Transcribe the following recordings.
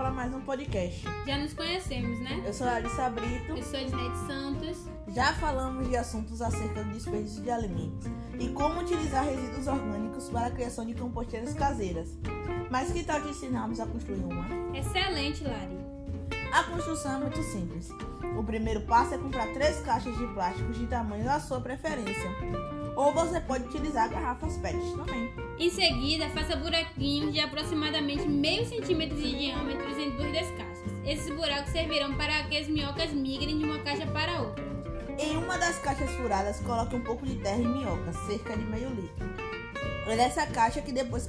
para mais um podcast. Já nos conhecemos, né? Eu sou a Alissa Brito. Eu sou a Edneide Santos. Já falamos de assuntos acerca do desperdício de alimentos e como utilizar resíduos orgânicos para a criação de composteiras caseiras. Mas que tal te ensinarmos a construir uma? Excelente, Lari. A construção é muito simples. O primeiro passo é comprar 3 caixas de plásticos de tamanho da sua preferência. Ou você pode utilizar garrafas PET também. Em seguida, faça buraquinhos de aproximadamente meio centímetro de diâmetro em 2 das caixas. Esses buracos servirão para que as minhocas migrem de uma caixa para outra. Em uma das caixas furadas, coloque um pouco de terra e minhoca, cerca de meio litro. É nessa caixa que depois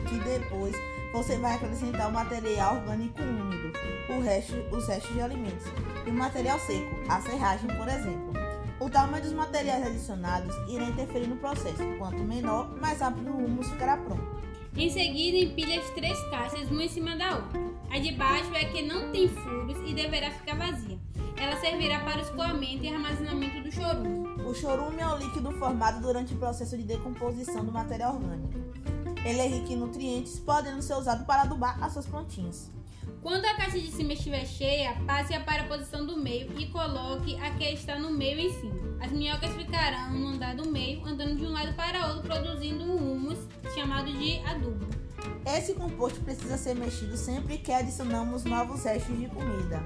você vai acrescentar o material orgânico úmido, os restos de alimentos, e o material seco, a serragem, por exemplo. O tamanho dos materiais adicionados irá interferir no processo. Quanto menor, mais rápido o humus ficará pronto. Em seguida, empilhe as 3 caixas uma em cima da outra. A de baixo é que não tem furos e deverá ficar vazia. Ela servirá para o escoamento e armazenamento do chorume. O chorume é o líquido formado durante o processo de decomposição do material orgânico. Ele é rico em nutrientes, podendo ser usado para adubar as suas plantinhas. Quando a caixa de cima estiver cheia, passe-a para a posição do meio e coloque a que está no meio em cima. As minhocas ficarão no andar do meio, andando de um lado para outro, produzindo um humus, chamado de adubo. Esse composto precisa ser mexido sempre que adicionamos novos restos de comida.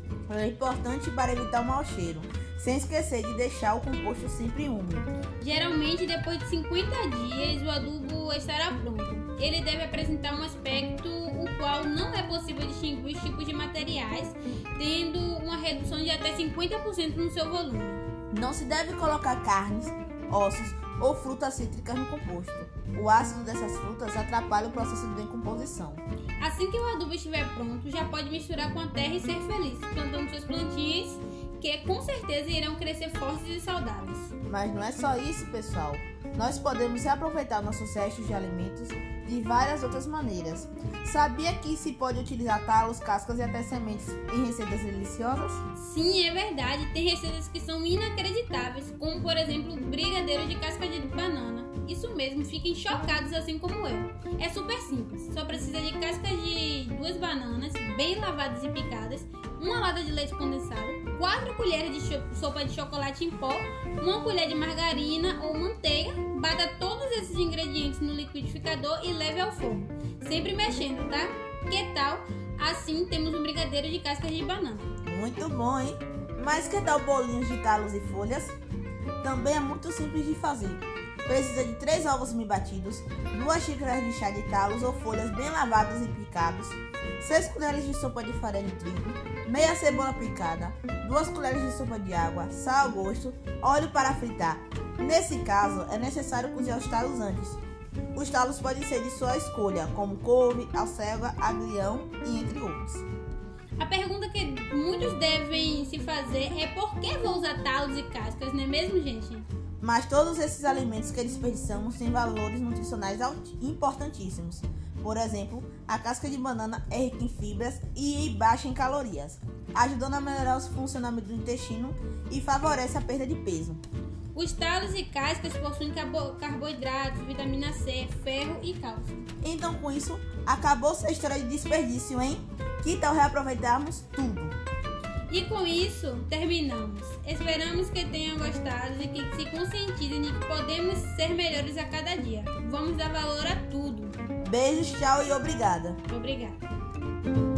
É importante para evitar o mau cheiro, sem esquecer de deixar o composto sempre úmido. Geralmente, depois de 50 dias, o adubo estará pronto. Ele deve apresentar um aspecto o qual não é possível distinguir os tipos de materiais, tendo uma redução de até 50% no seu volume. Não se deve colocar carnes, ossos ou frutas cítricas no composto. O ácido dessas frutas atrapalha o processo de decomposição. Assim que o adubo estiver pronto, já pode misturar com a terra e ser feliz, plantando suas plantinhas, que com certeza irão crescer fortes e saudáveis. Mas não é só isso, pessoal. Nós podemos reaproveitar nossos restos de alimentos de várias outras maneiras. Sabia que se pode utilizar talos, cascas e até sementes em receitas deliciosas? Sim, é verdade. Tem receitas que são inacreditáveis, como por exemplo brigadeiro de casca de banana. Isso mesmo, fiquem chocados assim como eu. É super simples, só precisa de cascas de 2 bananas, bem lavadas e picadas, 1 lata de leite condensado, 4 colheres de sopa de chocolate em pó, 1 colher de margarina ou manteiga. Bata todos esses ingredientes no liquidificador e leve ao forno, sempre mexendo, tá? Que tal? Assim temos um brigadeiro de cascas de banana. Muito bom, hein? Mas que tal bolinhos de talos e folhas? Também é muito simples de fazer. Precisa de 3 ovos bem batidos, 2 xícaras de chá de talos ou folhas bem lavados e picados, 6 colheres de sopa de farinha de trigo, meia cebola picada, 2 colheres de sopa de água, sal ao gosto, óleo para fritar. Nesse caso, é necessário cozinhar os talos antes. Os talos podem ser de sua escolha, como couve, alcelga, agrião e entre outros. A pergunta que muitos devem se fazer é por que vou usar talos e cascas, não é mesmo, gente? Mas todos esses alimentos que desperdiçamos têm valores nutricionais importantíssimos. Por exemplo, a casca de banana é rica em fibras e baixa em calorias, ajudando a melhorar o funcionamento do intestino e favorece a perda de peso. Os talos e cascas possuem carboidratos, vitamina C, ferro e cálcio. Então, com isso, acabou-se a história de desperdício, hein? Que tal reaproveitarmos tudo? E com isso, terminamos. Esperamos que tenham gostado e que se conscientizem de que podemos ser melhores a cada dia. Vamos dar valor a tudo. Beijos, tchau e obrigada. Obrigada.